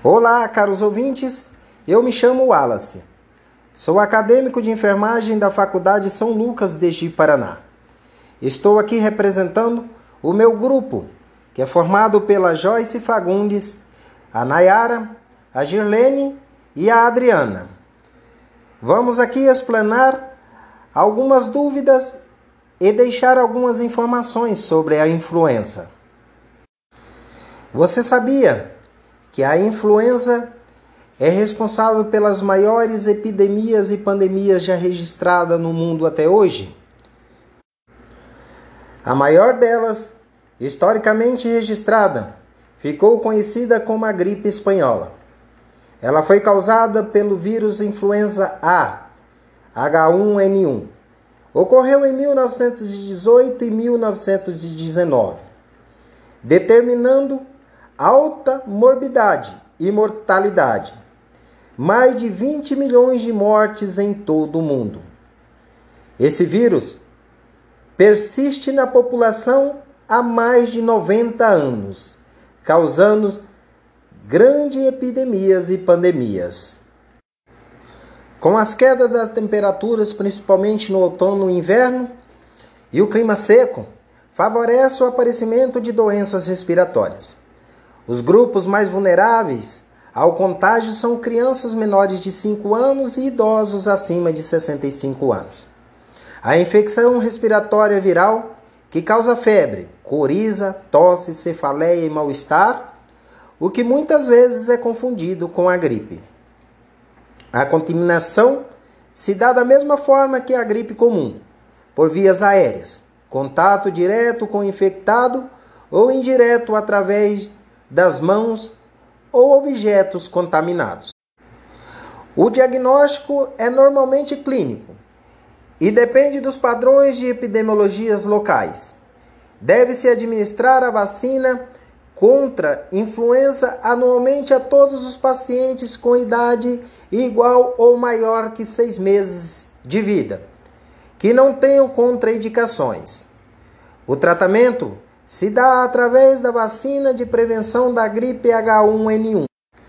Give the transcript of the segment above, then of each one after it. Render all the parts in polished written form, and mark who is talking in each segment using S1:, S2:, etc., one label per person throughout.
S1: Olá, caros ouvintes, eu me chamo Wallace. Sou acadêmico de enfermagem da Faculdade São Lucas de Ji-Paraná. Estou aqui representando o meu grupo, que é formado pela Joyce Fagundes, a Nayara, a Girlene e a Adriana. Vamos aqui explanar algumas dúvidas e deixar algumas informações sobre a influenza. Você sabia que a influenza é responsável pelas maiores epidemias e pandemias já registradas no mundo até hoje? A maior delas, historicamente registrada, ficou conhecida como a gripe espanhola. Ela foi causada pelo vírus influenza A, H1N1. Ocorreu em 1918 e 1919, determinando alta morbidade e mortalidade. Mais de 20 milhões de mortes em todo o mundo. Esse vírus persiste na população há mais de 90 anos, causando grandes epidemias e pandemias. Com as quedas das temperaturas, principalmente no outono e inverno, e o clima seco, favorece o aparecimento de doenças respiratórias. Os grupos mais vulneráveis ao contágio são crianças menores de 5 anos e idosos acima de 65 anos. A infecção respiratória viral, que causa febre, coriza, tosse, cefaleia e mal-estar, o que muitas vezes é confundido com a gripe. A contaminação se dá da mesma forma que a gripe comum, por vias aéreas, contato direto com o infectado ou indireto através das mãos ou objetos contaminados. O diagnóstico é normalmente clínico e depende dos padrões de epidemiologias locais. Deve-se administrar a vacina contra influenza anualmente a todos os pacientes com idade igual ou maior que 6 meses de vida, que não tenham contraindicações. O tratamento se dá através da vacina de prevenção da gripe H1N1.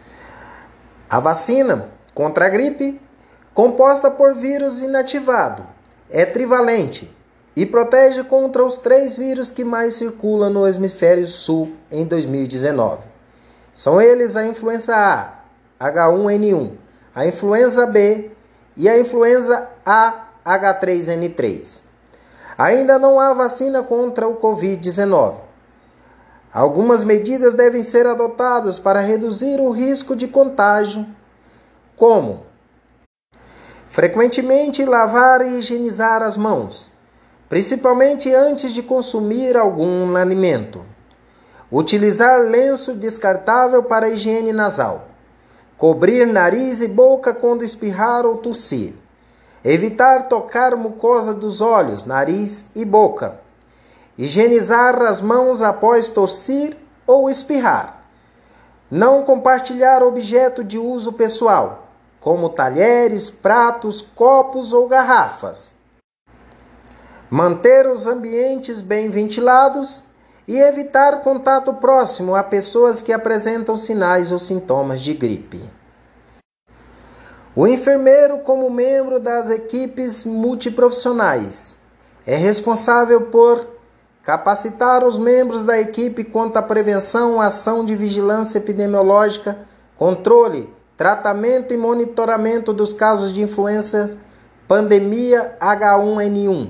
S1: A vacina contra a gripe, composta por vírus inativado, é trivalente e protege contra os 3 vírus que mais circulam no hemisfério sul em 2019. São eles a influenza A, H1N1, a influenza B e a influenza A, H3N3. Ainda não há vacina contra o Covid-19. Algumas medidas devem ser adotadas para reduzir o risco de contágio, como frequentemente lavar e higienizar as mãos, principalmente antes de consumir algum alimento. Utilizar lenço descartável para higiene nasal. Cobrir nariz e boca quando espirrar ou tossir. Evitar tocar mucosa dos olhos, nariz e boca. Higienizar as mãos após tossir ou espirrar. Não compartilhar objeto de uso pessoal, como talheres, pratos, copos ou garrafas. Manter os ambientes bem ventilados e evitar contato próximo a pessoas que apresentam sinais ou sintomas de gripe. O enfermeiro, como membro das equipes multiprofissionais, é responsável por capacitar os membros da equipe quanto à prevenção, ação de vigilância epidemiológica, controle, tratamento e monitoramento dos casos de influenza, pandemia H1N1.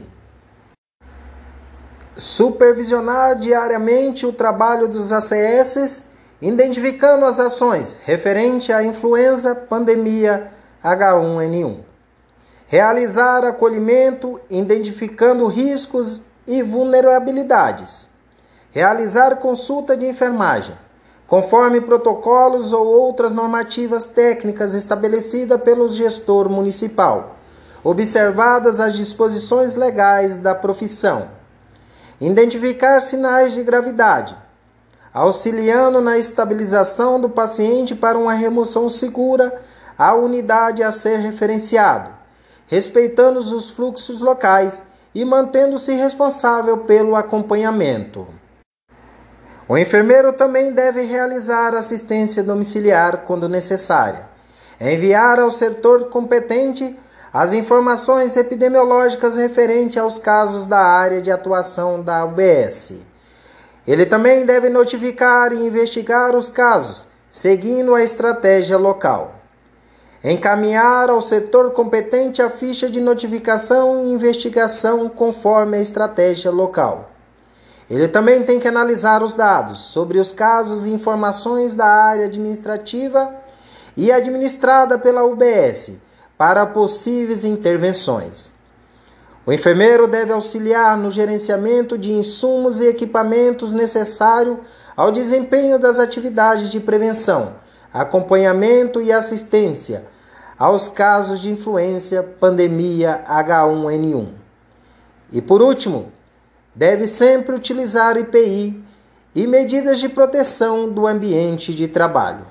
S1: Supervisionar diariamente o trabalho dos ACS, identificando as ações referente à influenza, pandemia H1N1. Realizar acolhimento, identificando riscos e vulnerabilidades. Realizar consulta de enfermagem, conforme protocolos ou outras normativas técnicas estabelecidas pelo gestor municipal, observadas as disposições legais da profissão. Identificar sinais de gravidade, auxiliando na estabilização do paciente para uma remoção segura à unidade a ser referenciado, respeitando os fluxos locais e mantendo-se responsável pelo acompanhamento. O enfermeiro também deve realizar assistência domiciliar quando necessária, enviar ao setor competente as informações epidemiológicas referentes aos casos da área de atuação da UBS. Ele também deve notificar e investigar os casos, seguindo a estratégia local. Encaminhar ao setor competente a ficha de notificação e investigação conforme a estratégia local. Ele também tem que analisar os dados sobre os casos e informações da área administrativa e administrada pela UBS para possíveis intervenções. O enfermeiro deve auxiliar no gerenciamento de insumos e equipamentos necessários ao desempenho das atividades de prevenção, acompanhamento e assistência aos casos de influenza, pandemia H1N1. E por último, deve sempre utilizar EPI e medidas de proteção do ambiente de trabalho.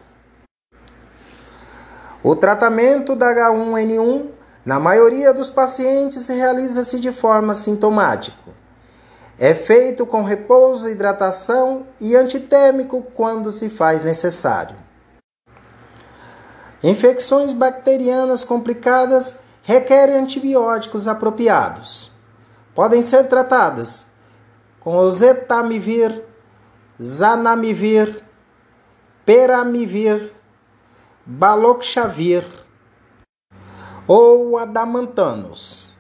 S1: O tratamento da H1N1, na maioria dos pacientes, realiza-se de forma sintomática. É feito com repouso, hidratação e antitérmico quando se faz necessário. Infecções bacterianas complicadas requerem antibióticos apropriados. Podem ser tratadas com oseltamivir, zanamivir, peramivir, baloxavir ou adamantanos.